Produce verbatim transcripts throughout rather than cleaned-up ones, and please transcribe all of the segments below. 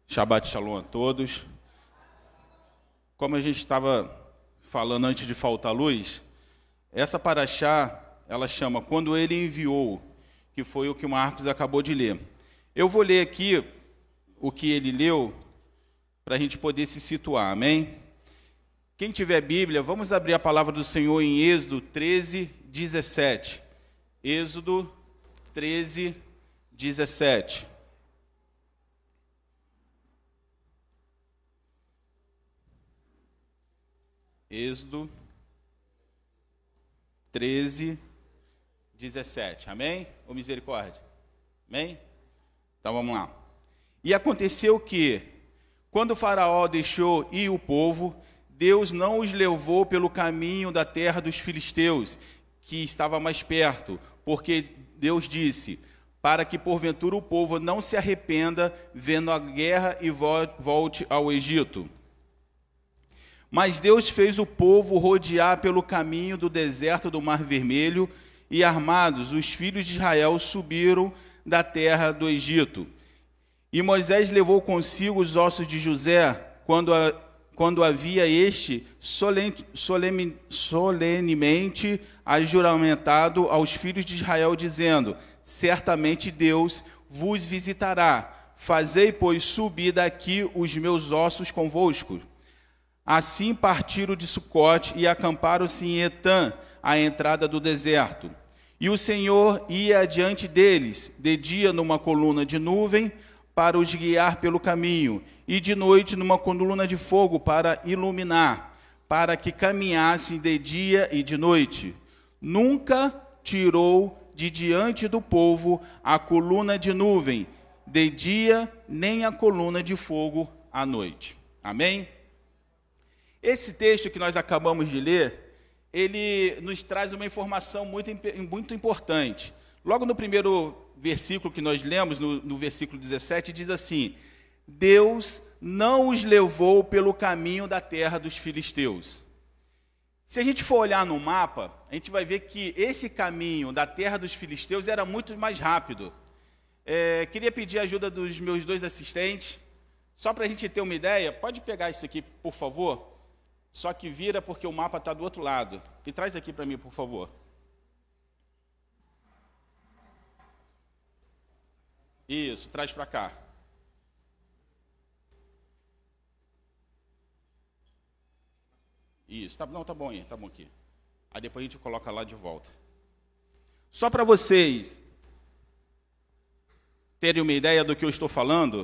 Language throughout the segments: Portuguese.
Shabbat Shalom a todos. Como a gente estava falando antes de faltar luz, essa paraxá, ela chama Quando Ele Enviou, que foi o que o Marcos acabou de ler. Eu vou ler aqui o que ele leu, para a gente poder se situar, amém? Quem tiver Bíblia, vamos abrir a palavra do Senhor em Êxodo treze, dezessete. Êxodo treze, dezessete. Êxodo treze, dezessete. Amém? Ou misericórdia? Amém? Então vamos lá. E aconteceu que, quando o faraó deixou ir o povo, Deus não os levou pelo caminho da terra dos filisteus, que estava mais perto, porque Deus disse, para que porventura o povo não se arrependa vendo a guerra e volte ao Egito. Mas Deus fez o povo rodear pelo caminho do deserto do Mar Vermelho, e armados, os filhos de Israel subiram da terra do Egito. E Moisés levou consigo os ossos de José, quando, a, quando havia este solene, solene, solenemente ajuramentado aos filhos de Israel, dizendo, certamente Deus vos visitará. Fazei, pois, subir daqui os meus ossos convosco. Assim partiram de Sucote e acamparam-se em Etã, à entrada do deserto. E o Senhor ia adiante deles, de dia numa coluna de nuvem, para os guiar pelo caminho, e de noite numa coluna de fogo para iluminar, para que caminhassem de dia e de noite. Nunca tirou de diante do povo a coluna de nuvem, de dia, nem a coluna de fogo à noite. Amém? Esse texto que nós acabamos de ler, ele nos traz uma informação muito, muito importante. Logo no primeiro versículo que nós lemos, no, no versículo dezessete, diz assim, Deus não os levou pelo caminho da terra dos filisteus. Se a gente for olhar no mapa, a gente vai ver que esse caminho da terra dos filisteus era muito mais rápido. É, queria pedir a ajuda dos meus dois assistentes, só para a gente ter uma ideia. Pode pegar isso aqui, por favor? Só que vira porque o mapa está do outro lado. E traz aqui para mim, por favor. Isso, traz para cá. Isso, tá, não, tá bom aí, tá bom aqui. Aí depois a gente coloca lá de volta. Só para vocês terem uma ideia do que eu estou falando,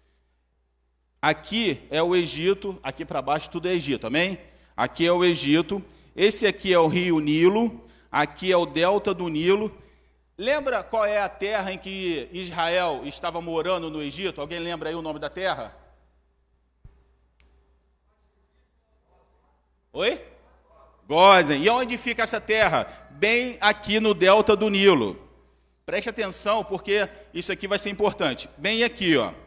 aqui é o Egito, aqui para baixo tudo é Egito, amém? Aqui é o Egito, esse aqui é o rio Nilo, aqui é o delta do Nilo. Lembra qual é a terra em que Israel estava morando no Egito? Alguém lembra aí o nome da terra? Oi? Gósen. E onde fica essa terra? Bem aqui no delta do Nilo. Preste atenção, porque isso aqui vai ser importante. Bem aqui, ó.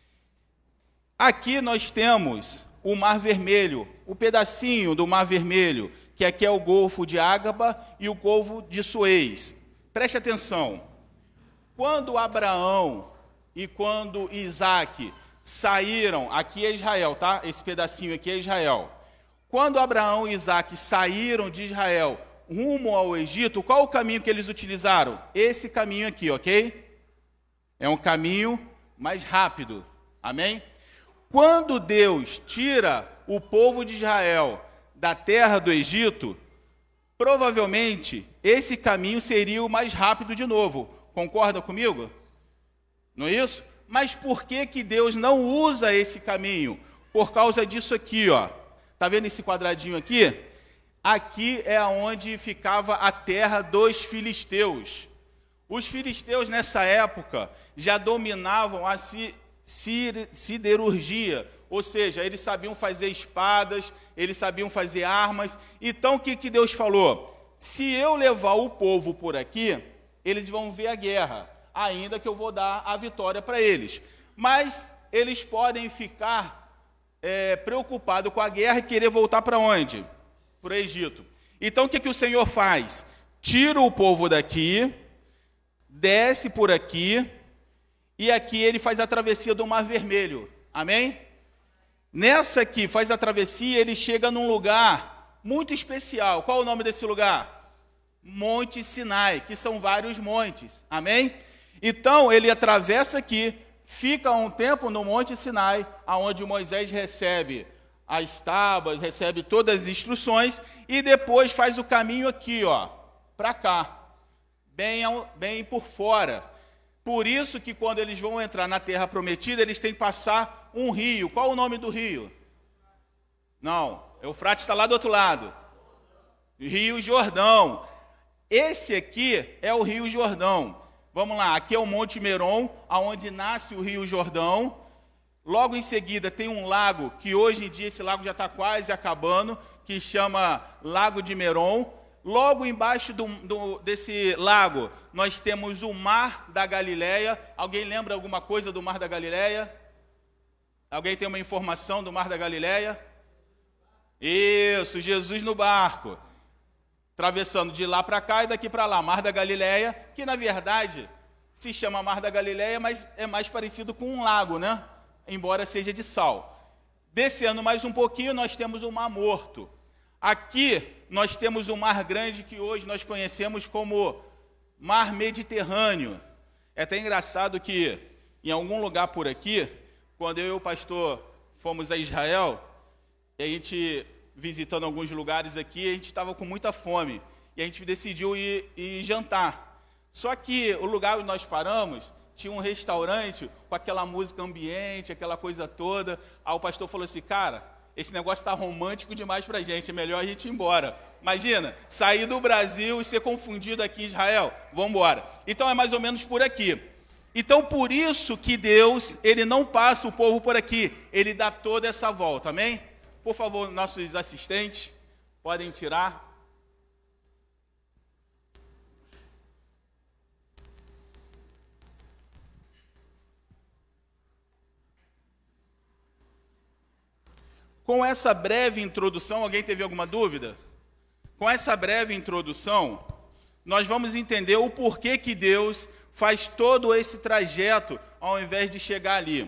Aqui nós temos o Mar Vermelho, o pedacinho do Mar Vermelho, que aqui é o Golfo de Ágaba e o Golfo de Suez. Preste atenção. Quando Abraão e quando Isaac saíram, aqui é Israel, tá? Esse pedacinho aqui é Israel. Quando Abraão e Isaac saíram de Israel rumo ao Egito, qual o caminho que eles utilizaram? Esse caminho aqui, ok? É um caminho mais rápido. Amém? Quando Deus tira o povo de Israel da terra do Egito, provavelmente esse caminho seria o mais rápido de novo. Concorda comigo? Não é isso? Mas por que que Deus não usa esse caminho? Por causa disso aqui, ó. Tá vendo esse quadradinho aqui? Aqui é onde ficava a terra dos filisteus. Os filisteus nessa época já dominavam a si siderurgia, ou seja, eles sabiam fazer espadas, eles sabiam fazer armas. Então o que, que Deus falou? Se eu levar o povo por aqui, eles vão ver a guerra, ainda que eu vou dar a vitória para eles. Mas eles podem ficar é, preocupados com a guerra e querer voltar para onde? Para o Egito. Então o que, que o Senhor faz? Tira o povo daqui, desce por aqui, e aqui ele faz a travessia do Mar Vermelho. Amém? Nessa aqui, faz a travessia, ele chega num lugar muito especial. Qual é o nome desse lugar? Monte Sinai, que são vários montes. Amém? Então, ele atravessa aqui, fica um tempo no Monte Sinai, onde Moisés recebe as tábuas, recebe todas as instruções, e depois faz o caminho aqui, ó, para cá, bem, bem por fora. Por isso que quando eles vão entrar na Terra Prometida, eles têm que passar um rio. Qual o nome do rio? Não, Eufrates está lá do outro lado. Rio Jordão. Esse aqui é o Rio Jordão. Vamos lá, aqui é o Monte Meron, aonde nasce o Rio Jordão. Logo em seguida tem um lago, que hoje em dia esse lago já está quase acabando, que chama Lago de Meron. Logo embaixo do, do, desse lago, nós temos o Mar da Galileia. Alguém lembra alguma coisa do Mar da Galileia? Alguém tem uma informação do Mar da Galileia? Isso, Jesus no barco, atravessando de lá para cá e daqui para lá. Mar da Galileia, que na verdade se chama Mar da Galileia, mas é mais parecido com um lago, né? Embora seja de sal. Descendo mais um pouquinho, nós temos o Mar Morto. Aqui nós temos o Mar Grande, que hoje nós conhecemos como Mar Mediterrâneo. É até engraçado que em algum lugar por aqui, quando eu e o pastor fomos a Israel, e a gente visitando alguns lugares aqui, a gente estava com muita fome, e a gente decidiu ir, ir jantar. Só que o lugar onde nós paramos tinha um restaurante com aquela música ambiente, aquela coisa toda. Aí o pastor falou assim, cara, esse negócio está romântico demais para a gente, é melhor a gente ir embora. Imagina, sair do Brasil e ser confundido aqui em Israel, vamos embora. Então é mais ou menos por aqui. Então por isso que Deus, ele não passa o povo por aqui, ele dá toda essa volta, amém? Por favor, nossos assistentes, podem tirar. Com essa breve introdução, alguém teve alguma dúvida? Com essa breve introdução, nós vamos entender o porquê que Deus faz todo esse trajeto ao invés de chegar ali.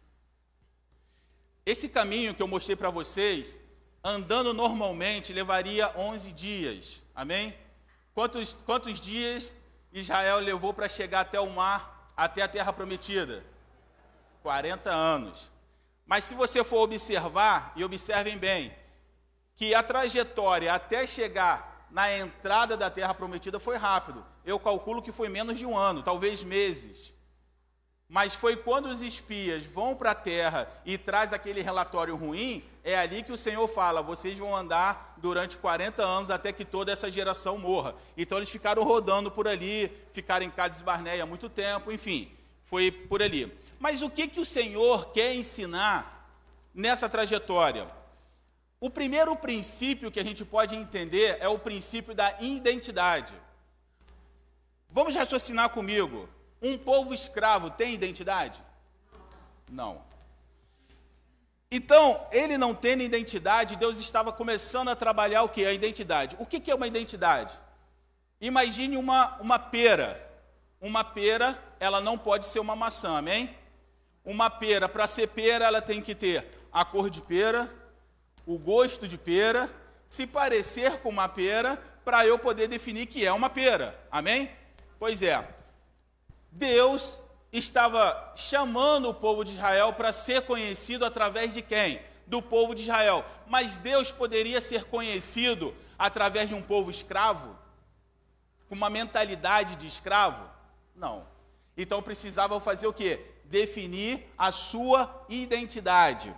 Esse caminho que eu mostrei para vocês, andando normalmente, levaria onze dias. Amém? Quantos, quantos dias Israel levou para chegar até o mar, até a Terra Prometida? quarenta anos. Mas se você for observar, e observem bem, que a trajetória até chegar na entrada da Terra Prometida foi rápido. Eu calculo que foi menos de um ano, talvez meses. Mas foi quando os espias vão para a terra e traz aquele relatório ruim, é ali que o Senhor fala, vocês vão andar durante quarenta anos até que toda essa geração morra. Então eles ficaram rodando por ali, ficaram em Cades Barneia há muito tempo, enfim, foi por ali. Mas o que, que o Senhor quer ensinar nessa trajetória? O primeiro princípio que a gente pode entender é o princípio da identidade. Vamos raciocinar comigo. Um povo escravo tem identidade? Não. Então, ele não tendo identidade, Deus estava começando a trabalhar o quê? A identidade. O que, que é uma identidade? Imagine uma, uma pera. Uma pera, ela não pode ser uma maçã, amém? Uma pera, para ser pera, ela tem que ter a cor de pera, o gosto de pera, se parecer com uma pera, para eu poder definir que é uma pera, amém? Pois é, Deus estava chamando o povo de Israel para ser conhecido através de quem? Do povo de Israel. Mas Deus poderia ser conhecido através de um povo escravo? Com uma mentalidade de escravo? Não. Então precisava fazer o quê? Definir a sua identidade.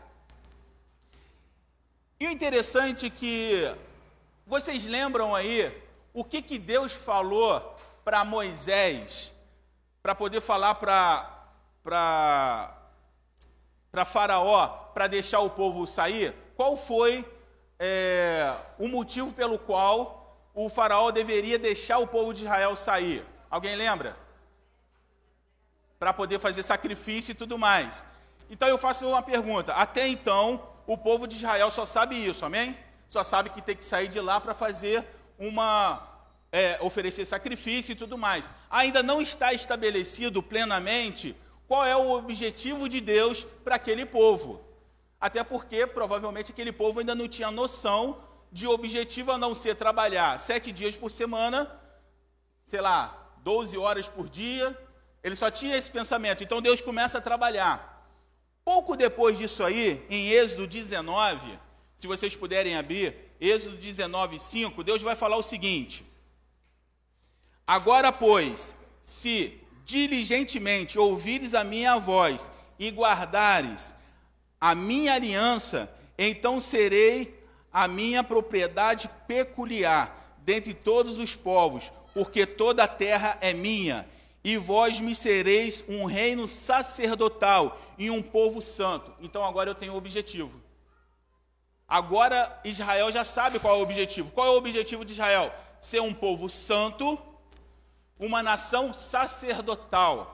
E o interessante é que vocês lembram aí o que, que Deus falou para Moisés, para poder falar para para para Faraó, para deixar o povo sair? Qual foi é, o motivo pelo qual o Faraó deveria deixar o povo de Israel sair? Alguém lembra? Para poder fazer sacrifício e tudo mais. Então eu faço uma pergunta. Até então, o povo de Israel só sabe isso, amém? Só sabe que tem que sair de lá para fazer uma... É, oferecer sacrifício e tudo mais. Ainda não está estabelecido plenamente qual é o objetivo de Deus para aquele povo. Até porque, provavelmente, aquele povo ainda não tinha noção de objetivo a não ser trabalhar sete dias por semana, sei lá, doze horas por dia. Ele só tinha esse pensamento. Então, Deus começa a trabalhar. Pouco depois disso aí, em Êxodo dezenove, se vocês puderem abrir, Êxodo dezenove, cinco, Deus vai falar o seguinte: agora, pois, se diligentemente ouvires a minha voz e guardares a minha aliança, então serei a minha propriedade peculiar dentre todos os povos, porque toda a terra é minha, e vós me sereis um reino sacerdotal e um povo santo. Então agora eu tenho um objetivo. Agora Israel já sabe qual é o objetivo. Qual é o objetivo de Israel? Ser um povo santo, uma nação sacerdotal.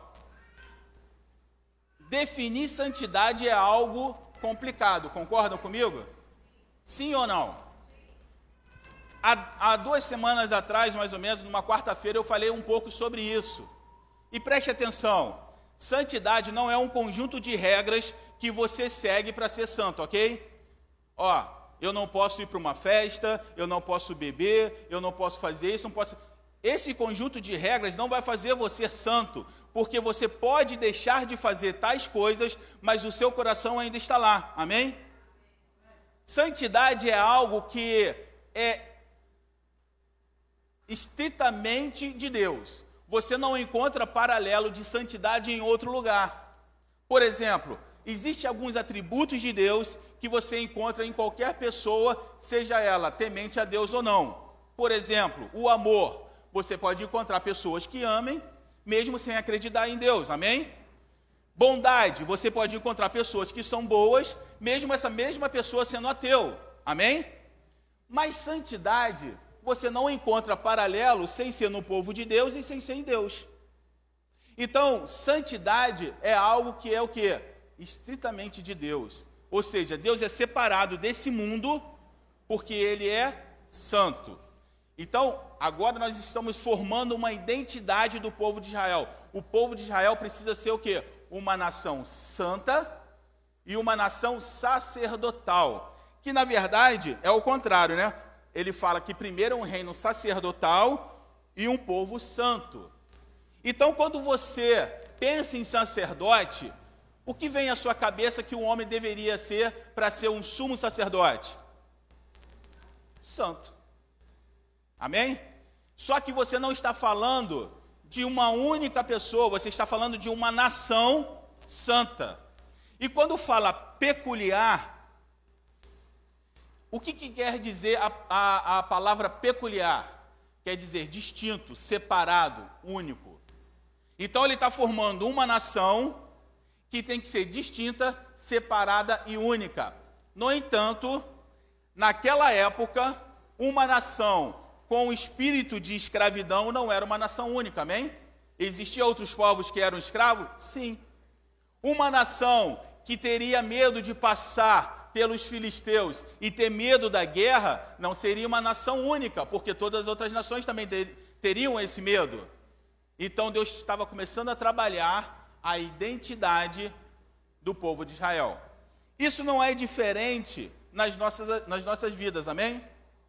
Definir santidade é algo complicado, concordam comigo? Sim ou não? Há, há duas semanas atrás, mais ou menos, numa quarta-feira, eu falei um pouco sobre isso. E preste atenção, santidade não é um conjunto de regras que você segue para ser santo, ok? Ó, eu não posso ir para uma festa, eu não posso beber, eu não posso fazer isso, não posso... Esse conjunto de regras não vai fazer você santo, porque você pode deixar de fazer tais coisas, mas o seu coração ainda está lá, amém? Santidade é algo que é estritamente de Deus. Você não encontra paralelo de santidade em outro lugar. Por exemplo, existem alguns atributos de Deus que você encontra em qualquer pessoa, seja ela temente a Deus ou não. Por exemplo, o amor. Você pode encontrar pessoas que amem, mesmo sem acreditar em Deus, amém? Bondade, você pode encontrar pessoas que são boas, mesmo essa mesma pessoa sendo ateu, amém? Mas santidade, você não encontra paralelo sem ser no povo de Deus e sem ser em Deus. Então, santidade é algo que é o quê? Estritamente de Deus. Ou seja, Deus é separado desse mundo porque Ele é santo. Então, agora nós estamos formando uma identidade do povo de Israel. O povo de Israel precisa ser o quê? Uma nação santa e uma nação sacerdotal. Que, na verdade, é o contrário, né? Ele fala que primeiro é um reino sacerdotal e um povo santo. Então, quando você pensa em sacerdote, o que vem à sua cabeça que um homem deveria ser para ser um sumo sacerdote? Santo. Amém? Só que você não está falando de uma única pessoa, você está falando de uma nação santa. E quando fala peculiar, o que, que quer dizer a, a, a palavra peculiar? Quer dizer distinto, separado, único. Então ele está formando uma nação que tem que ser distinta, separada e única. No entanto, naquela época, uma nação com o espírito de escravidão não era uma nação única, amém? Existiam outros povos que eram escravos? Sim. Uma nação que teria medo de passar pelos filisteus e ter medo da guerra, não seria uma nação única, porque todas as outras nações também ter, teriam esse medo. Então Deus estava começando a trabalhar a identidade do povo de Israel. Isso não é diferente nas nossas, nas nossas vidas, amém?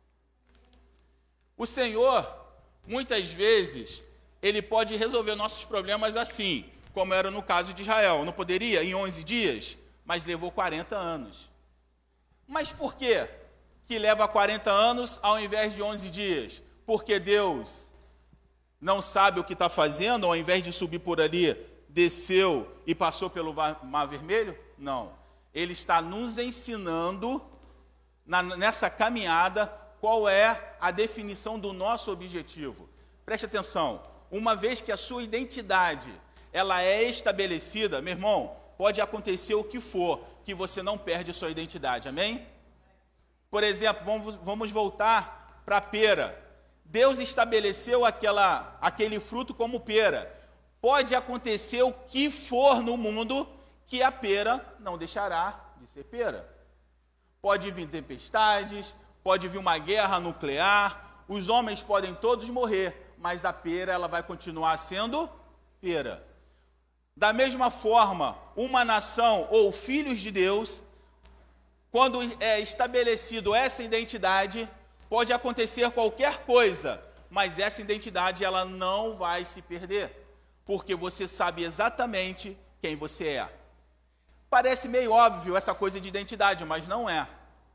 O Senhor, muitas vezes, Ele pode resolver nossos problemas assim, como era no caso de Israel. Não poderia em onze dias, mas levou quarenta anos. Mas por quê que leva quarenta anos ao invés de onze dias? Porque Deus não sabe o que está fazendo, ao invés de subir por ali, desceu e passou pelo Mar Vermelho? Não. Ele está nos ensinando, na, nessa caminhada, qual é a definição do nosso objetivo. Preste atenção, uma vez que a sua identidade ela é estabelecida, meu irmão, pode acontecer o que for, que você não perde a sua identidade, amém? Por exemplo, vamos, vamos voltar para a pera. Deus estabeleceu aquela, aquele fruto como pera. Pode acontecer o que for no mundo, que a pera não deixará de ser pera. Pode vir tempestades, pode vir uma guerra nuclear, os homens podem todos morrer, mas a pera ela vai continuar sendo pera. Da mesma forma, uma nação ou filhos de Deus, quando é estabelecido essa identidade, pode acontecer qualquer coisa, mas essa identidade ela não vai se perder, porque você sabe exatamente quem você é. Parece meio óbvio essa coisa de identidade, mas não é.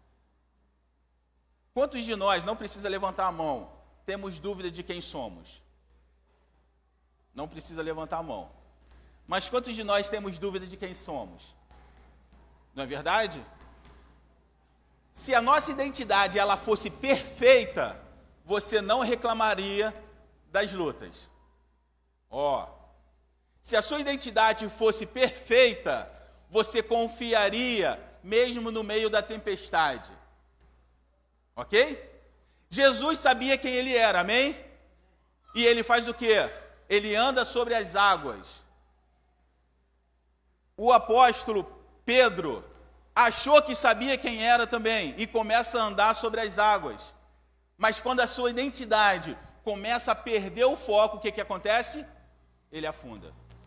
Quantos de nós, não precisa levantar a mão, temos dúvida de quem somos? Não precisa levantar a mão. Mas quantos de nós temos dúvida de quem somos? Não é verdade? Se a nossa identidade ela fosse perfeita, você não reclamaria das lutas. Ó, se a sua identidade fosse perfeita, você confiaria mesmo no meio da tempestade. Ok? Jesus sabia quem ele era, amém? E ele faz o quê? Ele anda sobre as águas. O apóstolo Pedro achou que sabia quem era também e começa a andar sobre as águas. Mas quando a sua identidade começa a perder o foco, o que, que acontece? Ele afunda.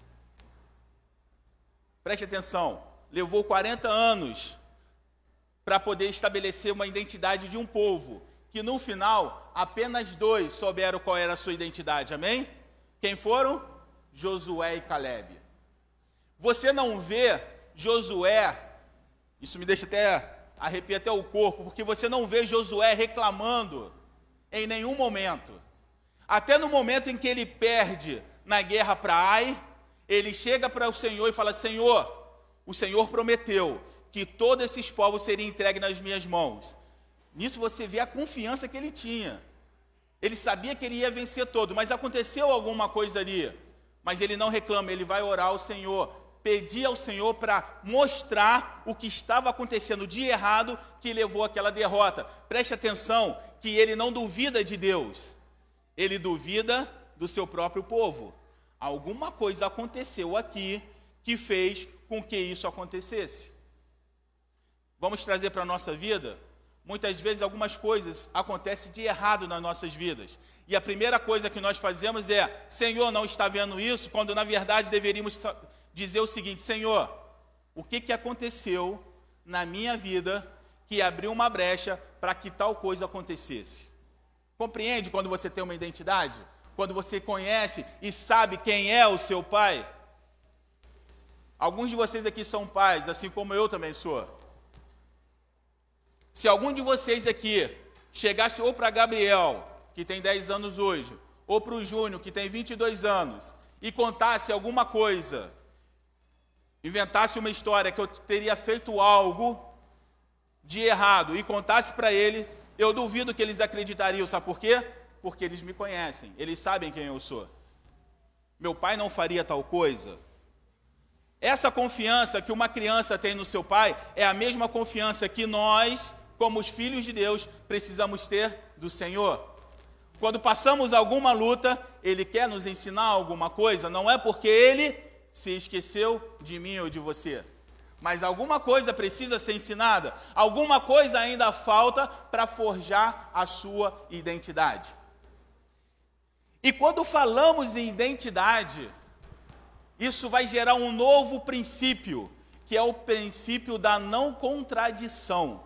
Preste atenção, levou quarenta anos para poder estabelecer uma identidade de um povo, que no final, apenas dois souberam qual era a sua identidade, amém? Quem foram? Josué e Calebe. Você não vê Josué, isso me deixa até, arrepia até o corpo, porque você não vê Josué reclamando em nenhum momento. Até no momento em que ele perde na guerra para Ai, ele chega para o Senhor e fala: Senhor, o Senhor prometeu que todos esses povos seriam entregues nas minhas mãos. Nisso você vê a confiança que ele tinha. Ele sabia que ele ia vencer todo, mas aconteceu alguma coisa ali. Mas ele não reclama, ele vai orar ao Senhor, pedir ao Senhor para mostrar o que estava acontecendo de errado que levou àquela derrota. Preste atenção que ele não duvida de Deus, ele duvida do seu próprio povo. Alguma coisa aconteceu aqui que fez com que isso acontecesse. Vamos trazer para a nossa vida? Muitas vezes algumas coisas acontecem de errado nas nossas vidas. E a primeira coisa que nós fazemos é: Senhor, não está vendo isso? Quando na verdade deveríamos dizer o seguinte: Senhor, o que, que aconteceu na minha vida que abriu uma brecha para que tal coisa acontecesse? Compreende quando você tem uma identidade? Quando você conhece e sabe quem é o seu pai? Alguns de vocês aqui são pais, assim como eu também sou. Se algum de vocês aqui chegasse ou para Gabriel, que tem dez anos hoje, ou para o Júnior, que tem vinte e dois anos, e contasse alguma coisa, inventasse uma história que eu teria feito algo de errado e contasse para ele, eu duvido que eles acreditariam. Sabe por quê? Porque eles me conhecem, eles sabem quem eu sou. Meu pai não faria tal coisa. Essa confiança que uma criança tem no seu pai é a mesma confiança que nós, como os filhos de Deus, precisamos ter do Senhor. Quando passamos alguma luta, Ele quer nos ensinar alguma coisa, não é porque Ele se esqueceu de mim ou de você, mas alguma coisa precisa ser ensinada, alguma coisa ainda falta para forjar a sua identidade. E quando falamos em identidade, isso vai gerar um novo princípio, que é o princípio da não contradição.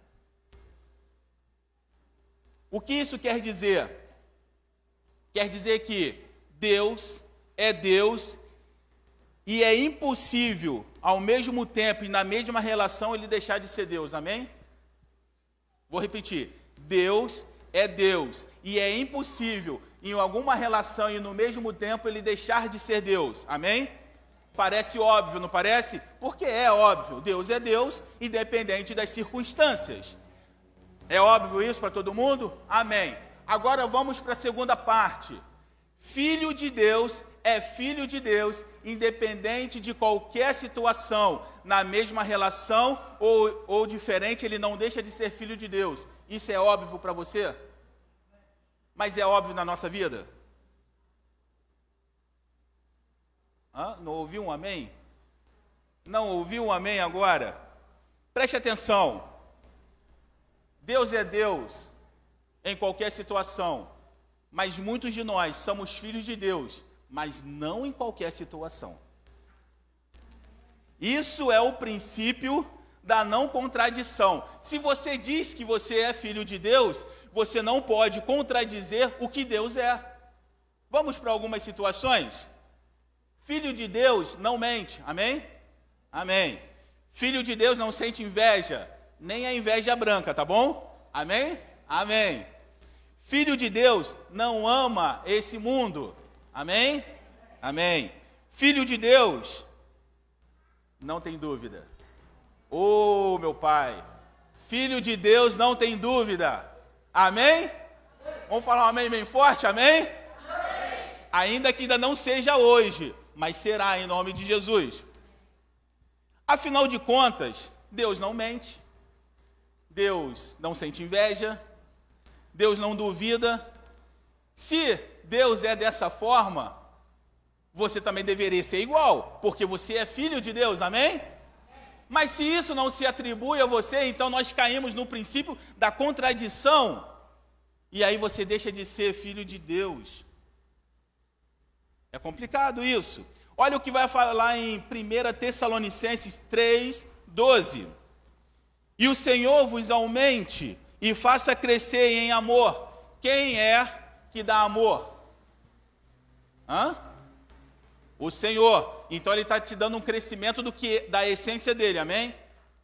O que isso quer dizer? Quer dizer que Deus é Deus e é impossível, ao mesmo tempo e na mesma relação, Ele deixar de ser Deus, amém? Vou repetir, Deus é Deus e é impossível, em alguma relação e no mesmo tempo, Ele deixar de ser Deus, amém? Parece óbvio, não parece? Porque é óbvio, Deus é Deus, independente das circunstâncias. É óbvio isso para todo mundo? Amém. Agora vamos para a segunda parte. Filho de Deus é filho de Deus, independente de qualquer situação, na mesma relação ou, ou diferente, ele não deixa de ser filho de Deus. Isso é óbvio para você? Mas é óbvio na nossa vida? Hã? Não ouviu um amém? Não ouviu um amém agora? Preste atenção. Deus é Deus em qualquer situação, mas muitos de nós somos filhos de Deus, mas não em qualquer situação. Isso é o princípio da não contradição. Se você diz que você é filho de Deus, você não pode contradizer o que Deus é. Vamos para algumas situações? Filho de Deus não mente, amém? Amém. Filho de Deus não sente inveja, nem a inveja branca, tá bom? Amém? Amém. Filho de Deus não ama esse mundo, amém? Amém. Filho de Deus não tem dúvida. Oh, meu Pai, filho de Deus não tem dúvida, amém? Vamos falar um amém bem forte, amém? Amém. Ainda que ainda não seja hoje, mas será em nome de Jesus. Afinal de contas, Deus não mente, Deus não sente inveja, Deus não duvida. Se Deus é dessa forma, você também deveria ser igual, porque você é filho de Deus, amém? Mas se isso não se atribui a você, então nós caímos no princípio da contradição, e aí você deixa de ser filho de Deus. É complicado isso. Olha o que vai falar em primeira Tessalonicenses três, doze. E o Senhor vos aumente e faça crescer em amor. Quem é que dá amor? Hã? O Senhor. Então ele está te dando um crescimento do que, da essência dele, amém?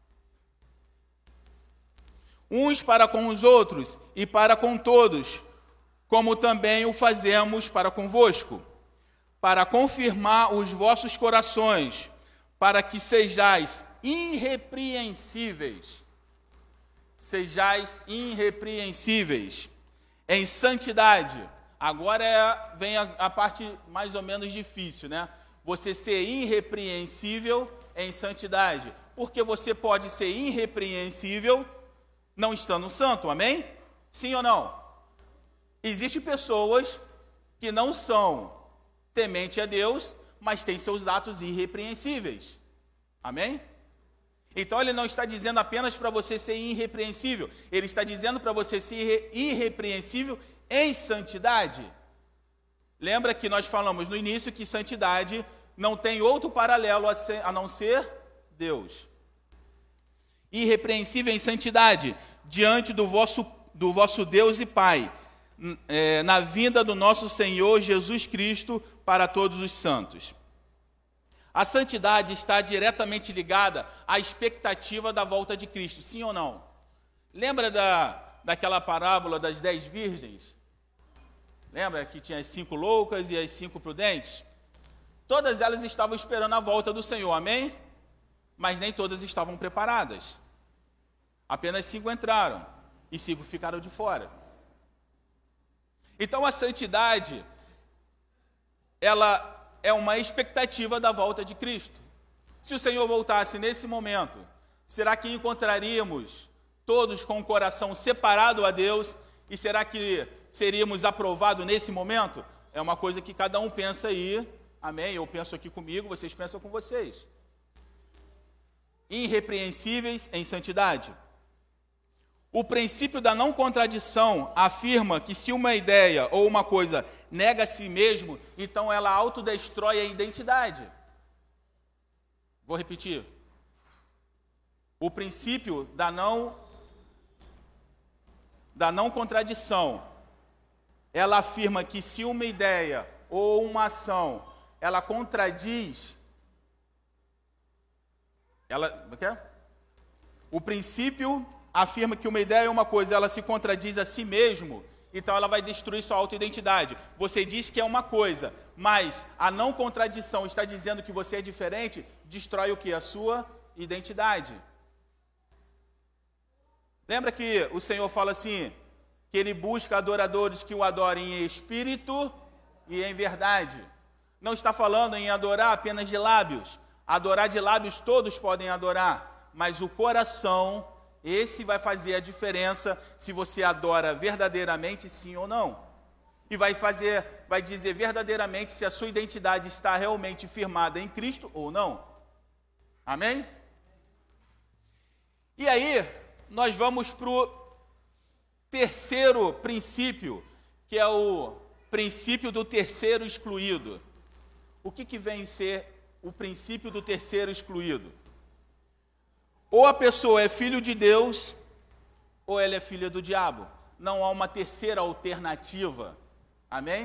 Uns para com os outros e para com todos, como também o fazemos para convosco, para confirmar os vossos corações, para que sejais irrepreensíveis. Sejais irrepreensíveis em santidade. Agora é, vem a, a parte mais ou menos difícil, né? Você ser irrepreensível em santidade. Porque você pode ser irrepreensível não estando santo, amém? Sim ou não? Existem pessoas que não são temente a Deus, mas têm seus atos irrepreensíveis. Amém? Então ele não está dizendo apenas para você ser irrepreensível, ele está dizendo para você ser irrepreensível em santidade. Lembra que nós falamos no início que santidade não tem outro paralelo a, ser, a não ser Deus. Irrepreensível em santidade, diante do vosso, do vosso Deus e Pai, é, na vinda do nosso Senhor Jesus Cristo para todos os santos. A santidade está diretamente ligada à expectativa da volta de Cristo, sim ou não? Lembra da, daquela parábola das dez virgens? Lembra que tinha as cinco loucas e as cinco prudentes? Todas elas estavam esperando a volta do Senhor, amém? Mas nem todas estavam preparadas. Apenas cinco entraram e cinco ficaram de fora. Então a santidade, ela é uma expectativa da volta de Cristo. Se o Senhor voltasse nesse momento, será que encontraríamos todos com o coração separado a Deus? E será que seríamos aprovados nesse momento? É uma coisa que cada um pensa aí, amém? Eu penso aqui comigo, vocês pensam com vocês. Irrepreensíveis em santidade. O princípio da não contradição afirma que se uma ideia ou uma coisa nega a si mesmo, então ela autodestrói a identidade. Vou repetir. O princípio da não, da não contradição, ela afirma que se uma ideia ou uma ação, ela contradiz, ela, o que é? O princípio afirma que uma ideia ou uma coisa, ela se contradiz a si mesmo, então ela vai destruir sua autoidentidade. Você diz que é uma coisa, mas a não contradição está dizendo que você é diferente, destrói o que? A sua identidade. Lembra que o Senhor fala assim, que Ele busca adoradores que o adorem em espírito e em verdade. Não está falando em adorar apenas de lábios. Adorar de lábios todos podem adorar, mas o coração, esse vai fazer a diferença se você adora verdadeiramente, sim ou não. E vai fazer, vai dizer verdadeiramente se a sua identidade está realmente firmada em Cristo ou não. Amém? E aí, nós vamos para o terceiro princípio, que é o princípio do terceiro excluído. O que, que vem ser o princípio do terceiro excluído. Ou a pessoa é filho de Deus, ou ela é filha do diabo. Não há uma terceira alternativa. Amém?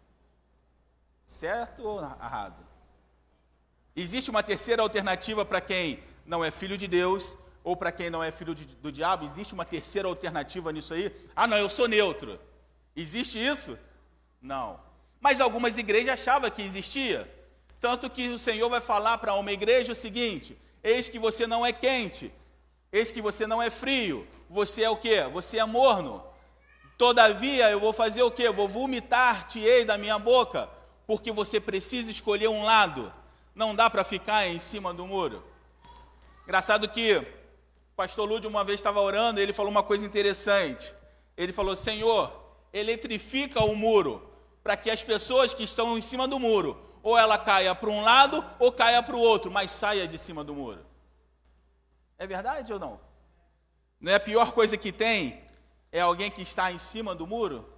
Certo ou errado? Existe uma terceira alternativa para quem não é filho de Deus, ou para quem não é filho de, do diabo? Existe uma terceira alternativa nisso aí? Ah, não, eu sou neutro. Existe isso? Não. Mas algumas igrejas achavam que existia. Tanto que o Senhor vai falar para uma igreja o seguinte: eis que você não é quente, eis que você não é frio, você é o quê? Você é morno. Todavia eu vou fazer o quê? Eu vou vomitar-te-ei da minha boca, porque você precisa escolher um lado. Não dá para ficar em cima do muro. Engraçado que o pastor Lúdio uma vez estava orando e ele falou uma coisa interessante. Ele falou: Senhor, eletrifica o muro, para que as pessoas que estão em cima do muro, ou ela caia para um lado ou caia para o outro, mas saia de cima do muro. É verdade ou não? Não é a pior coisa que tem? É alguém que está em cima do muro?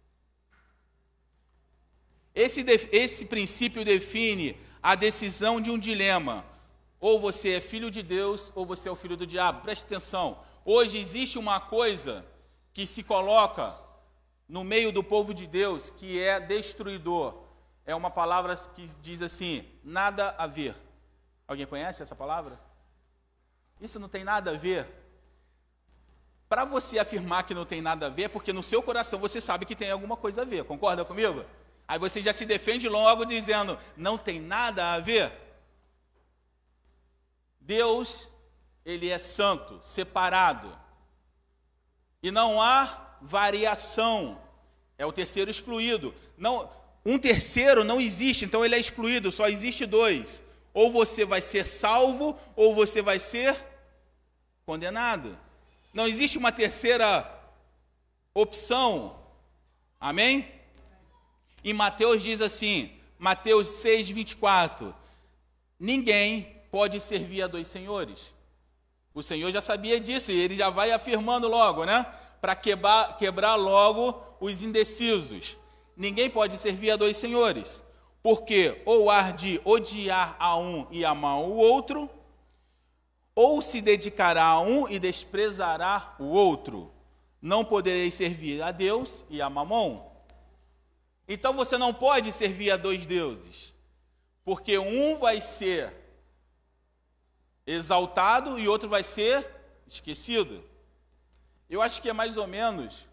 Esse, esse princípio define a decisão de um dilema. Ou você é filho de Deus, ou você é o filho do diabo. Preste atenção. Hoje existe uma coisa que se coloca no meio do povo de Deus, que é destruidor. É uma palavra que diz assim: nada a ver. Alguém conhece essa palavra? Isso não tem nada a ver. Para você afirmar que não tem nada a ver, porque no seu coração você sabe que tem alguma coisa a ver. Concorda comigo? Aí você já se defende logo dizendo: não tem nada a ver. Deus, ele é santo, separado. E não há variação. É o terceiro excluído. Não, um terceiro não existe, então ele é excluído, só existe dois. Ou você vai ser salvo, ou você vai ser condenado. Não existe uma terceira opção. Amém? E Mateus diz assim, Mateus seis, vinte e quatro, ninguém pode servir a dois senhores. O Senhor já sabia disso, e ele já vai afirmando logo, né? Para quebrar, quebrar logo os indecisos. Ninguém pode servir a dois senhores, porque ou há de odiar a um e amar o outro, ou se dedicará a um e desprezará o outro. Não podereis servir a Deus e a Mamon. Então você não pode servir a dois deuses, porque um vai ser exaltado e outro vai ser esquecido. Eu acho que é mais ou menos,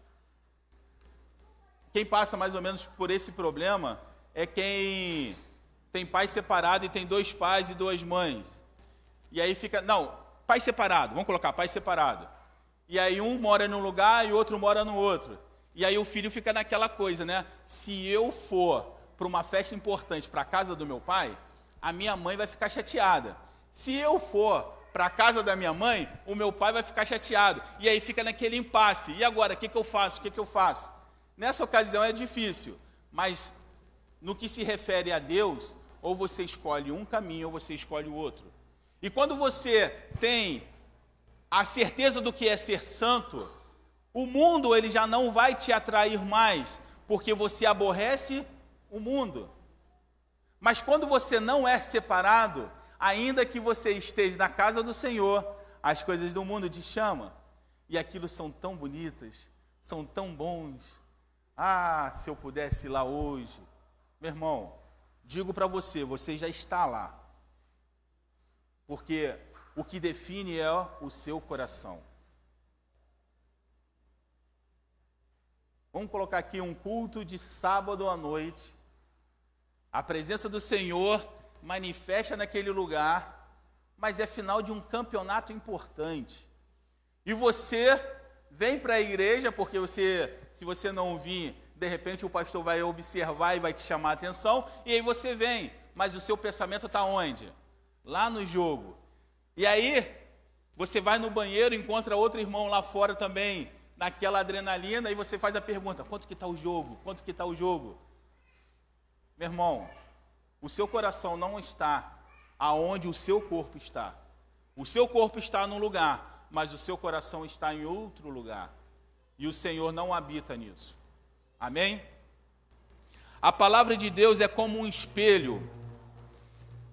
quem passa mais ou menos por esse problema é quem tem pai separado e tem dois pais e duas mães. E aí fica, não, pai separado, vamos colocar pai separado. E aí um mora num lugar e o outro mora no outro. E aí o filho fica naquela coisa, né? Se eu for para uma festa importante para a casa do meu pai, a minha mãe vai ficar chateada. Se eu for para a casa da minha mãe, o meu pai vai ficar chateado. E aí fica naquele impasse. E agora, o que, que eu faço? O que, que eu faço? Nessa ocasião é difícil, mas no que se refere a Deus, ou você escolhe um caminho ou você escolhe o outro. E quando você tem a certeza do que é ser santo, o mundo ele já não vai te atrair mais, porque você aborrece o mundo. Mas quando você não é separado, ainda que você esteja na casa do Senhor, as coisas do mundo te chamam. E aquilo são tão bonitas, são tão bons. Ah, se eu pudesse ir lá hoje. Meu irmão, digo para você, você já está lá. Porque o que define é o seu coração. Vamos colocar aqui um culto de sábado à noite. A presença do Senhor manifesta naquele lugar, mas é final de um campeonato importante. E você vem para a igreja, porque você, se você não vir, de repente o pastor vai observar e vai te chamar a atenção, e aí você vem, mas o seu pensamento está onde? Lá no jogo. E aí, você vai no banheiro, encontra outro irmão lá fora também, naquela adrenalina, e você faz a pergunta, quanto que está o jogo? Quanto que está o jogo? Meu irmão, o seu coração não está aonde o seu corpo está. O seu corpo está num lugar, mas o seu coração está em outro lugar. E o Senhor não habita nisso. Amém? A palavra de Deus é como um espelho.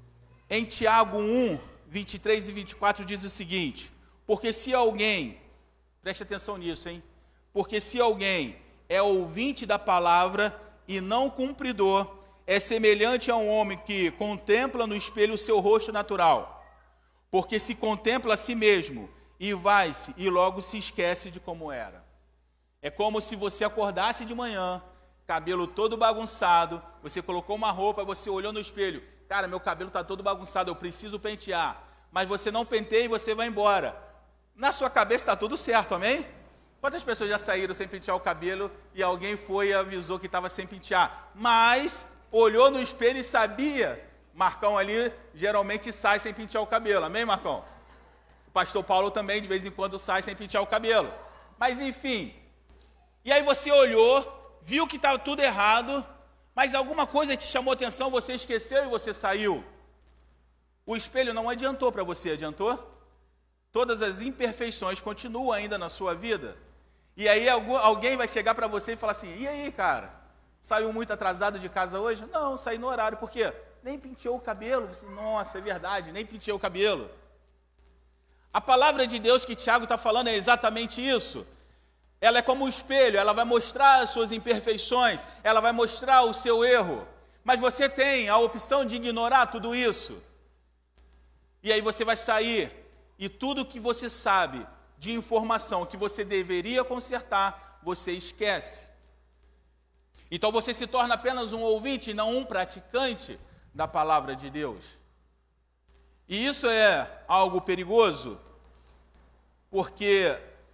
Em Tiago um, vinte e três e vinte e quatro diz o seguinte: porque se alguém, preste atenção nisso, hein? Porque se alguém é ouvinte da palavra e não cumpridor, é semelhante a um homem que contempla no espelho o seu rosto natural. Porque se contempla a si mesmo e vai-se e logo se esquece de como era. É como se você acordasse de manhã, cabelo todo bagunçado, você colocou uma roupa, você olhou no espelho, cara, meu cabelo está todo bagunçado, eu preciso pentear. Mas você não penteia e você vai embora. Na sua cabeça está tudo certo, amém? Quantas pessoas já saíram sem pentear o cabelo e alguém foi e avisou que estava sem pentear? Mas olhou no espelho e sabia. Marcão ali geralmente sai sem pentear o cabelo, amém, Marcão? O pastor Paulo também de vez em quando sai sem pentear o cabelo. Mas enfim, e aí você olhou, viu que estava tudo errado, mas alguma coisa te chamou atenção, você esqueceu e você saiu. O espelho não adiantou para você, adiantou? Todas as imperfeições continuam ainda na sua vida. E aí alguém vai chegar para você e falar assim: e aí, cara, saiu muito atrasado de casa hoje? Não, saí no horário, por quê? Nem penteou o cabelo. Você, nossa, é verdade, nem penteou o cabelo. A palavra de Deus que Tiago está falando é exatamente isso. Ela é como um espelho, ela vai mostrar as suas imperfeições, ela vai mostrar o seu erro. Mas você tem a opção de ignorar tudo isso. E aí você vai sair, e tudo que você sabe de informação que você deveria consertar, você esquece. Então você se torna apenas um ouvinte e não um praticante da palavra de Deus. E isso é algo perigoso, porque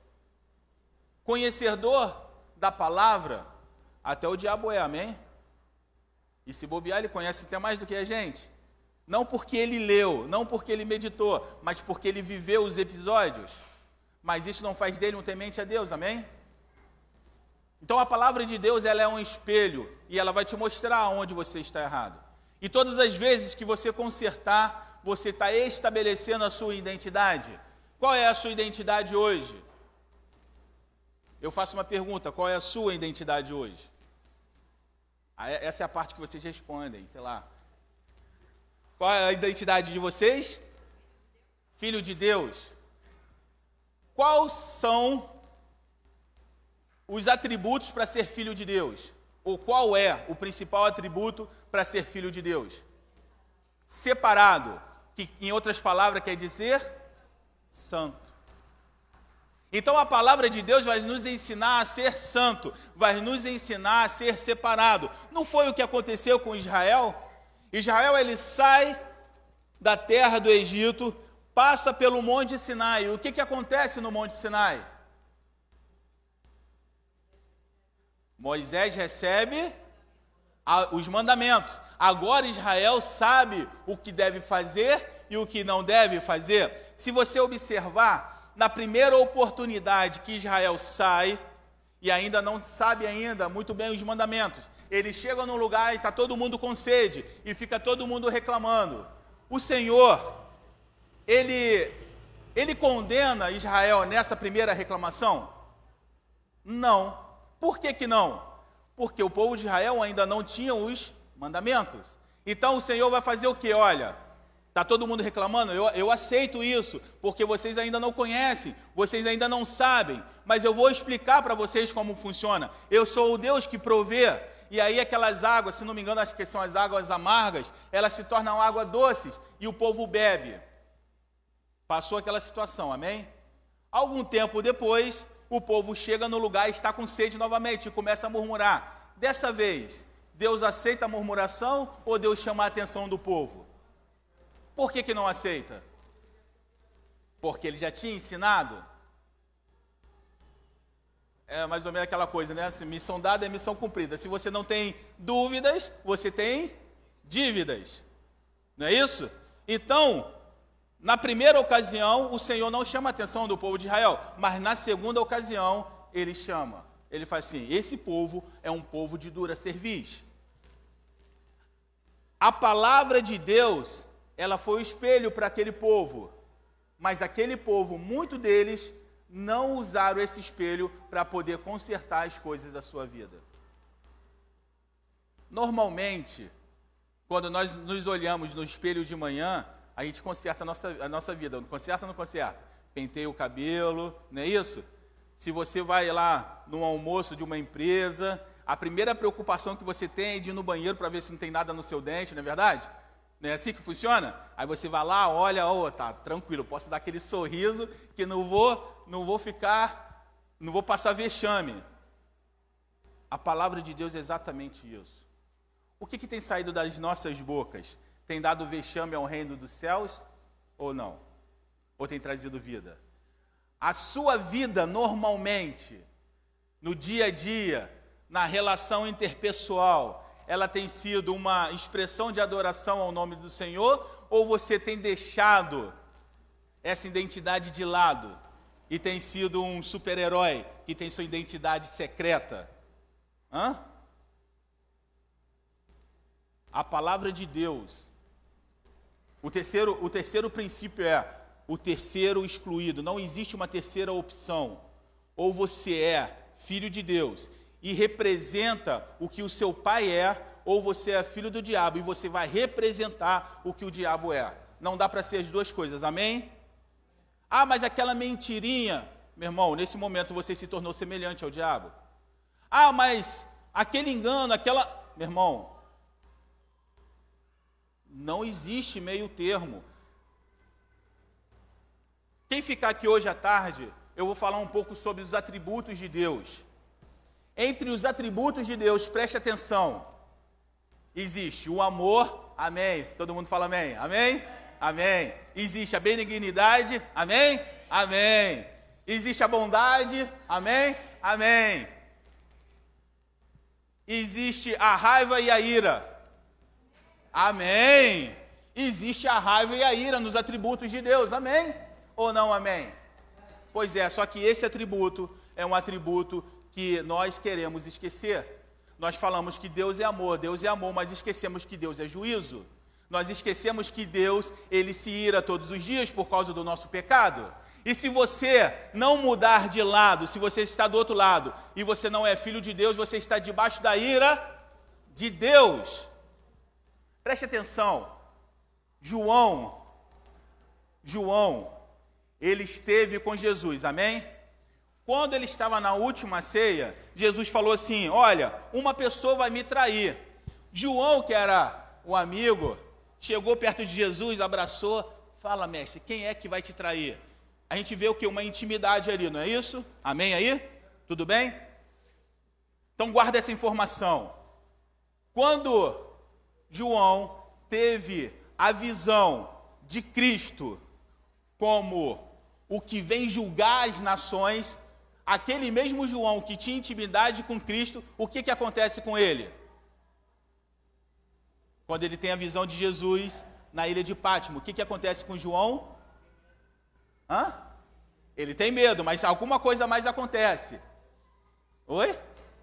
conhecedor da palavra, até o diabo é, amém? E se bobear, ele conhece até mais do que a gente. Não porque ele leu, não porque ele meditou, mas porque ele viveu os episódios. Mas isso não faz dele um temente a Deus, amém? Então a palavra de Deus, ela é um espelho e ela vai te mostrar onde você está errado. E todas as vezes que você consertar, você está estabelecendo a sua identidade. Qual é a sua identidade hoje? Eu faço uma pergunta: qual é a sua identidade hoje? Essa é a parte que vocês respondem, sei lá. Qual é a identidade de vocês? Filho de Deus. Quais são os atributos para ser filho de Deus? Ou qual é o principal atributo para ser filho de Deus? Separado, que em outras palavras quer dizer santo. Então a palavra de Deus vai nos ensinar a ser santo, vai nos ensinar a ser separado. Não foi o que aconteceu com Israel? Israel, ele sai da terra do Egito, passa pelo Monte Sinai. O que, que acontece no Monte Sinai? Moisés recebe a, os mandamentos. Agora Israel sabe o que deve fazer e o que não deve fazer. Se você observar, na primeira oportunidade que Israel sai, e ainda não sabe ainda muito bem os mandamentos, eles chegam num lugar e está todo mundo com sede, e fica todo mundo reclamando. O Senhor, ele, ele condena Israel nessa primeira reclamação? Não. Por que que não? Porque o povo de Israel ainda não tinha os mandamentos. Então o Senhor vai fazer o quê? Olha, está todo mundo reclamando? Eu, eu aceito isso, porque vocês ainda não conhecem, vocês ainda não sabem, mas eu vou explicar para vocês como funciona. Eu sou o Deus que provê, e aí aquelas águas, se não me engano, acho que são as águas amargas, elas se tornam águas doces, e o povo bebe. Passou aquela situação, amém? Algum tempo depois, o povo chega no lugar e está com sede novamente, e começa a murmurar. Dessa vez, Deus aceita a murmuração, ou Deus chama a atenção do povo? Por que que não aceita? Porque ele já tinha ensinado. É mais ou menos aquela coisa, né? Assim, missão dada é missão cumprida. Se você não tem dúvidas, você tem dívidas. Não é isso? Então, na primeira ocasião, o Senhor não chama a atenção do povo de Israel, mas na segunda ocasião, ele chama. Ele faz assim: esse povo é um povo de dura cerviz. A palavra de Deus, ela foi o espelho para aquele povo, mas aquele povo, muito deles, não usaram esse espelho para poder consertar as coisas da sua vida. Normalmente, Quando nós nos olhamos no espelho de manhã, a gente conserta a nossa, a nossa vida. Conserta ou não conserta? Penteia o cabelo, não é isso? Se você vai lá num almoço de uma empresa, a primeira preocupação que você tem é de ir no banheiro para ver se não tem nada no seu dente, não é verdade? Não é assim que funciona? Aí você vai lá, olha, oh, tá tranquilo, posso dar aquele sorriso que não vou, não vou ficar, não vou passar vexame. A palavra de Deus é exatamente isso. O que, que tem saído das nossas bocas? Tem dado vexame ao reino dos céus ou não? Ou tem trazido vida? A sua vida normalmente, no dia a dia, na relação interpessoal, ela tem sido uma expressão de adoração ao nome do Senhor, ou você tem deixado essa identidade de lado e tem sido um super-herói que tem sua identidade secreta? Hã? A palavra de Deus. O terceiro, o terceiro princípio é o terceiro excluído. Não existe uma terceira opção. Ou você é filho de Deus e representa o que o seu pai é, ou você é filho do diabo e você vai representar o que o diabo é. Não dá para ser as duas coisas, amém? Ah, mas aquela mentirinha, meu irmão, nesse momento você se tornou semelhante ao diabo. Ah, mas aquele engano, aquela... Meu irmão, não existe meio termo. Quem ficar aqui hoje à tarde, eu vou falar um pouco sobre os atributos de Deus. Entre os atributos de Deus, preste atenção, existe o amor, amém? Todo mundo fala amém? Amém? Amém. Existe a benignidade, amém? Amém. Existe a bondade, amém? Amém. Existe a raiva e a ira, amém. Existe a raiva e a ira nos atributos de Deus, amém? Ou não, amém? Pois é, só que esse atributo é um atributo que nós queremos esquecer. Nós falamos que Deus é amor, Deus é amor, mas esquecemos que Deus é juízo. Nós esquecemos que Deus, Ele se ira todos os dias por causa do nosso pecado. E se você não mudar de lado, se você está do outro lado, e você não é filho de Deus, você está debaixo da ira de Deus. Preste atenção, João, João, ele esteve com Jesus, amém? Quando ele estava na última ceia, Jesus falou assim, olha, uma pessoa vai me trair. João, que era o amigo, chegou perto de Jesus, abraçou, fala, mestre, quem é que vai te trair? A gente vê o que? Uma intimidade ali, não é isso? Amém aí? Tudo bem? Então guarda essa informação. Quando João teve a visão de Cristo como o que vem julgar as nações, aquele mesmo João que tinha intimidade com Cristo, o que, que acontece com ele? Quando ele tem a visão de Jesus na ilha de Pátimo, o que, que acontece com João? Hã? Ele tem medo, mas alguma coisa mais acontece. Oi?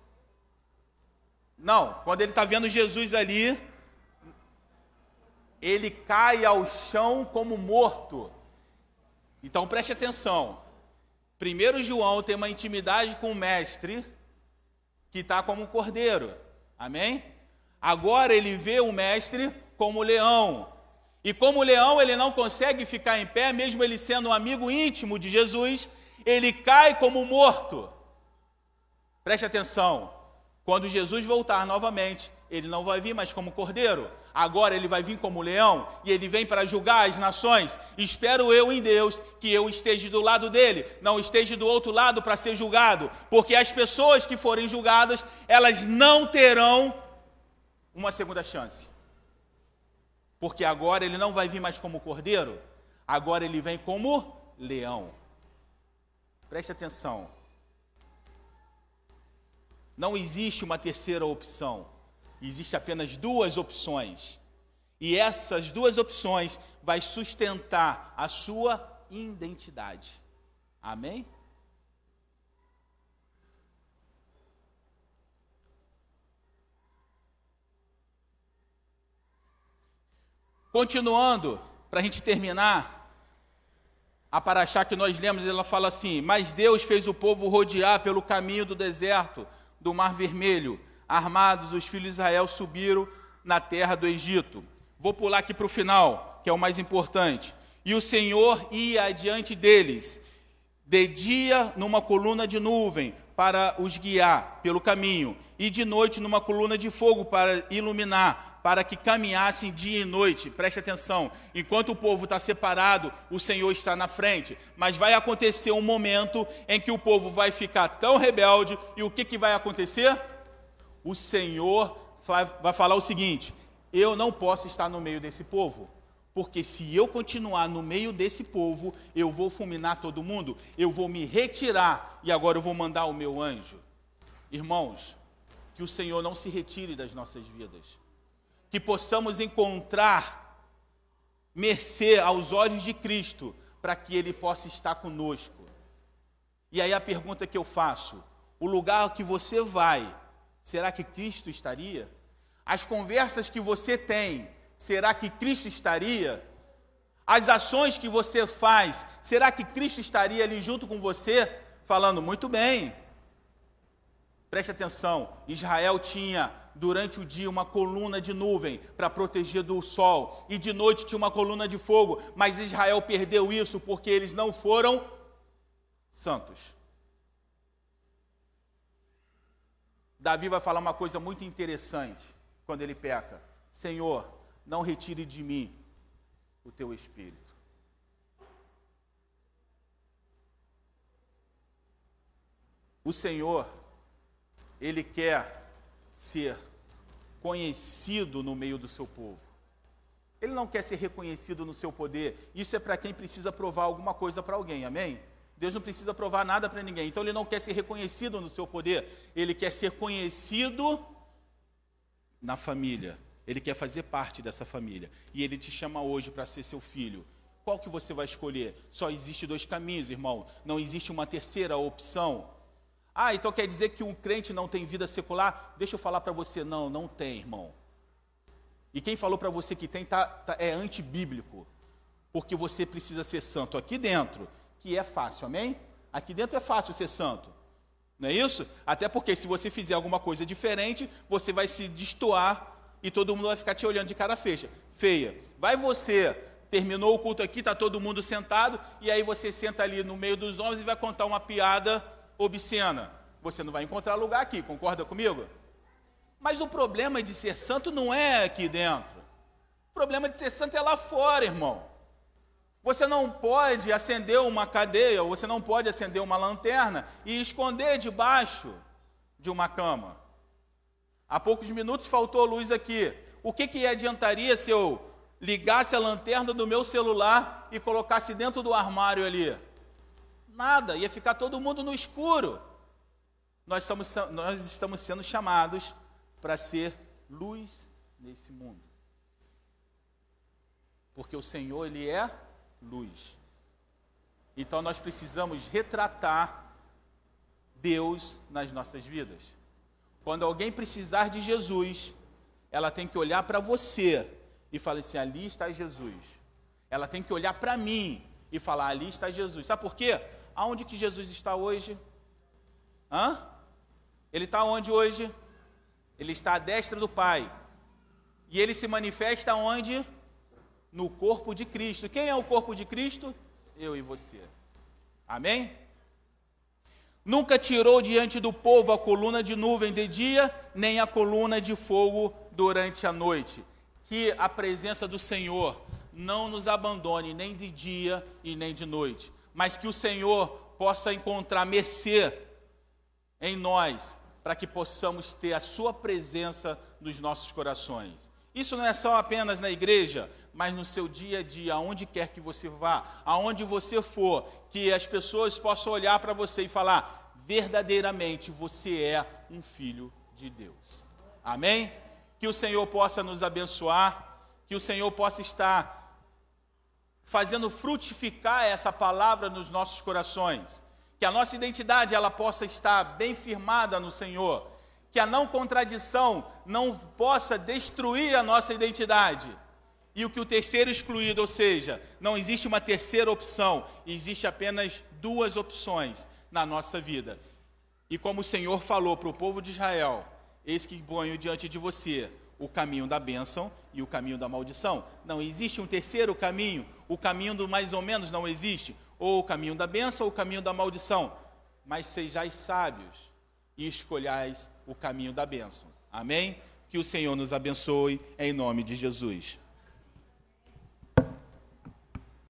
Não, quando ele está vendo Jesus ali, ele cai ao chão como morto. Então preste atenção. Primeiro João tem uma intimidade com o mestre, que está como cordeiro. Amém? Agora ele vê o mestre como leão. E como leão ele não consegue ficar em pé, mesmo ele sendo um amigo íntimo de Jesus, ele cai como morto. Preste atenção. Quando Jesus voltar novamente, ele não vai vir mais como cordeiro. Agora ele vai vir como leão, e ele vem para julgar as nações. Espero eu em Deus que eu esteja do lado dele, não esteja do outro lado para ser julgado, porque as pessoas que forem julgadas, elas não terão uma segunda chance. Porque agora ele não vai vir mais como cordeiro, agora ele vem como leão. Preste atenção. Não existe uma terceira opção. Existem apenas duas opções. E essas duas opções vai sustentar a sua identidade. Amém? Continuando, para a gente terminar, a paraxá que nós lemos, ela fala assim, mas Deus fez o povo rodear pelo caminho do deserto, do Mar Vermelho. Armados, os filhos de Israel subiram na terra do Egito. Vou pular aqui para o final, que é o mais importante. E o Senhor ia adiante deles, de dia numa coluna de nuvem, para os guiar pelo caminho, e de noite numa coluna de fogo para iluminar, para que caminhassem dia e noite. Preste atenção, enquanto o povo está separado, o Senhor está na frente, mas vai acontecer um momento em que o povo vai ficar tão rebelde, e o que, que vai acontecer? O Senhor vai, vai falar o seguinte: eu não posso estar no meio desse povo, porque se eu continuar no meio desse povo, eu vou fulminar todo mundo, eu vou me retirar, e agora eu vou mandar o meu anjo. Irmãos, que o Senhor não se retire das nossas vidas, que possamos encontrar mercê aos olhos de Cristo, para que Ele possa estar conosco. E aí a pergunta que eu faço: o lugar que você vai, será que Cristo estaria? As conversas que você tem, será que Cristo estaria? As ações que você faz, será que Cristo estaria ali junto com você, falando: muito bem? Preste atenção, Israel tinha durante o dia uma coluna de nuvem para proteger do sol, e de noite tinha uma coluna de fogo, mas Israel perdeu isso porque eles não foram santos. Davi vai falar uma coisa muito interessante quando ele peca: Senhor, não retire de mim o teu espírito. O Senhor, Ele quer ser conhecido no meio do seu povo. Ele não quer ser reconhecido no seu poder. Isso é para quem precisa provar alguma coisa para alguém, amém? Deus não precisa provar nada para ninguém. Então Ele não quer ser reconhecido no seu poder. Ele quer ser conhecido na família. Ele quer fazer parte dessa família. E Ele te chama hoje para ser seu filho. Qual que você vai escolher? Só existe dois caminhos, irmão. Não existe uma terceira opção. Ah, então quer dizer que um crente não tem vida secular? Deixa eu falar para você, não, não tem, irmão. E quem falou para você que tem tá, tá, é antibíblico. Porque você precisa ser santo aqui dentro, que é fácil, amém? Aqui dentro é fácil ser santo. Não é isso? Até porque se você fizer alguma coisa diferente, você vai se destoar e todo mundo vai ficar te olhando de cara fecha, feia. Vai você, terminou o culto aqui, está todo mundo sentado, e aí você senta ali no meio dos homens e vai contar uma piada obscena. Você não vai encontrar lugar aqui, concorda comigo? Mas o problema de ser santo não é aqui dentro. O problema de ser santo é lá fora, irmão. Você não pode acender uma cadeia, ou você não pode acender uma lanterna e esconder debaixo de uma cama. Há poucos minutos faltou luz aqui. O que, que adiantaria se eu ligasse a lanterna do meu celular e colocasse dentro do armário ali? Nada, ia ficar todo mundo no escuro. Nós estamos, nós estamos sendo chamados para ser luz nesse mundo. Porque o Senhor, Ele é luz. Então nós precisamos retratar Deus nas nossas vidas. Quando alguém precisar de Jesus, ela tem que olhar para você e falar assim: ali está Jesus. Ela tem que olhar para mim e falar: ali está Jesus. Sabe por quê? Aonde que Jesus está hoje? Hã? Ele está onde hoje? Ele está à destra do Pai. E Ele se manifesta onde? No corpo de Cristo. Quem é o corpo de Cristo? Eu e você. Amém? Nunca tirou diante do povo a coluna de nuvem de dia, nem a coluna de fogo durante a noite. Que a presença do Senhor não nos abandone nem de dia e nem de noite, mas que o Senhor possa encontrar mercê em nós, para que possamos ter a sua presença nos nossos corações. Isso não é só apenas na igreja, mas no seu dia a dia, aonde quer que você vá, aonde você for, que as pessoas possam olhar para você e falar: verdadeiramente você é um filho de Deus. Amém? Que o Senhor possa nos abençoar, que o Senhor possa estar fazendo frutificar essa palavra nos nossos corações, que a nossa identidade ela possa estar bem firmada no Senhor, que a não contradição não possa destruir a nossa identidade, e o que o terceiro excluído, ou seja, não existe uma terceira opção, existe apenas duas opções na nossa vida. E como o Senhor falou para o povo de Israel: eis que ponho diante de você o caminho da bênção e o caminho da maldição. Não existe um terceiro caminho, o caminho do mais ou menos não existe, ou o caminho da bênção ou o caminho da maldição. Mas sejais sábios e escolhais o caminho da bênção. Amém? Que o Senhor nos abençoe, em nome de Jesus.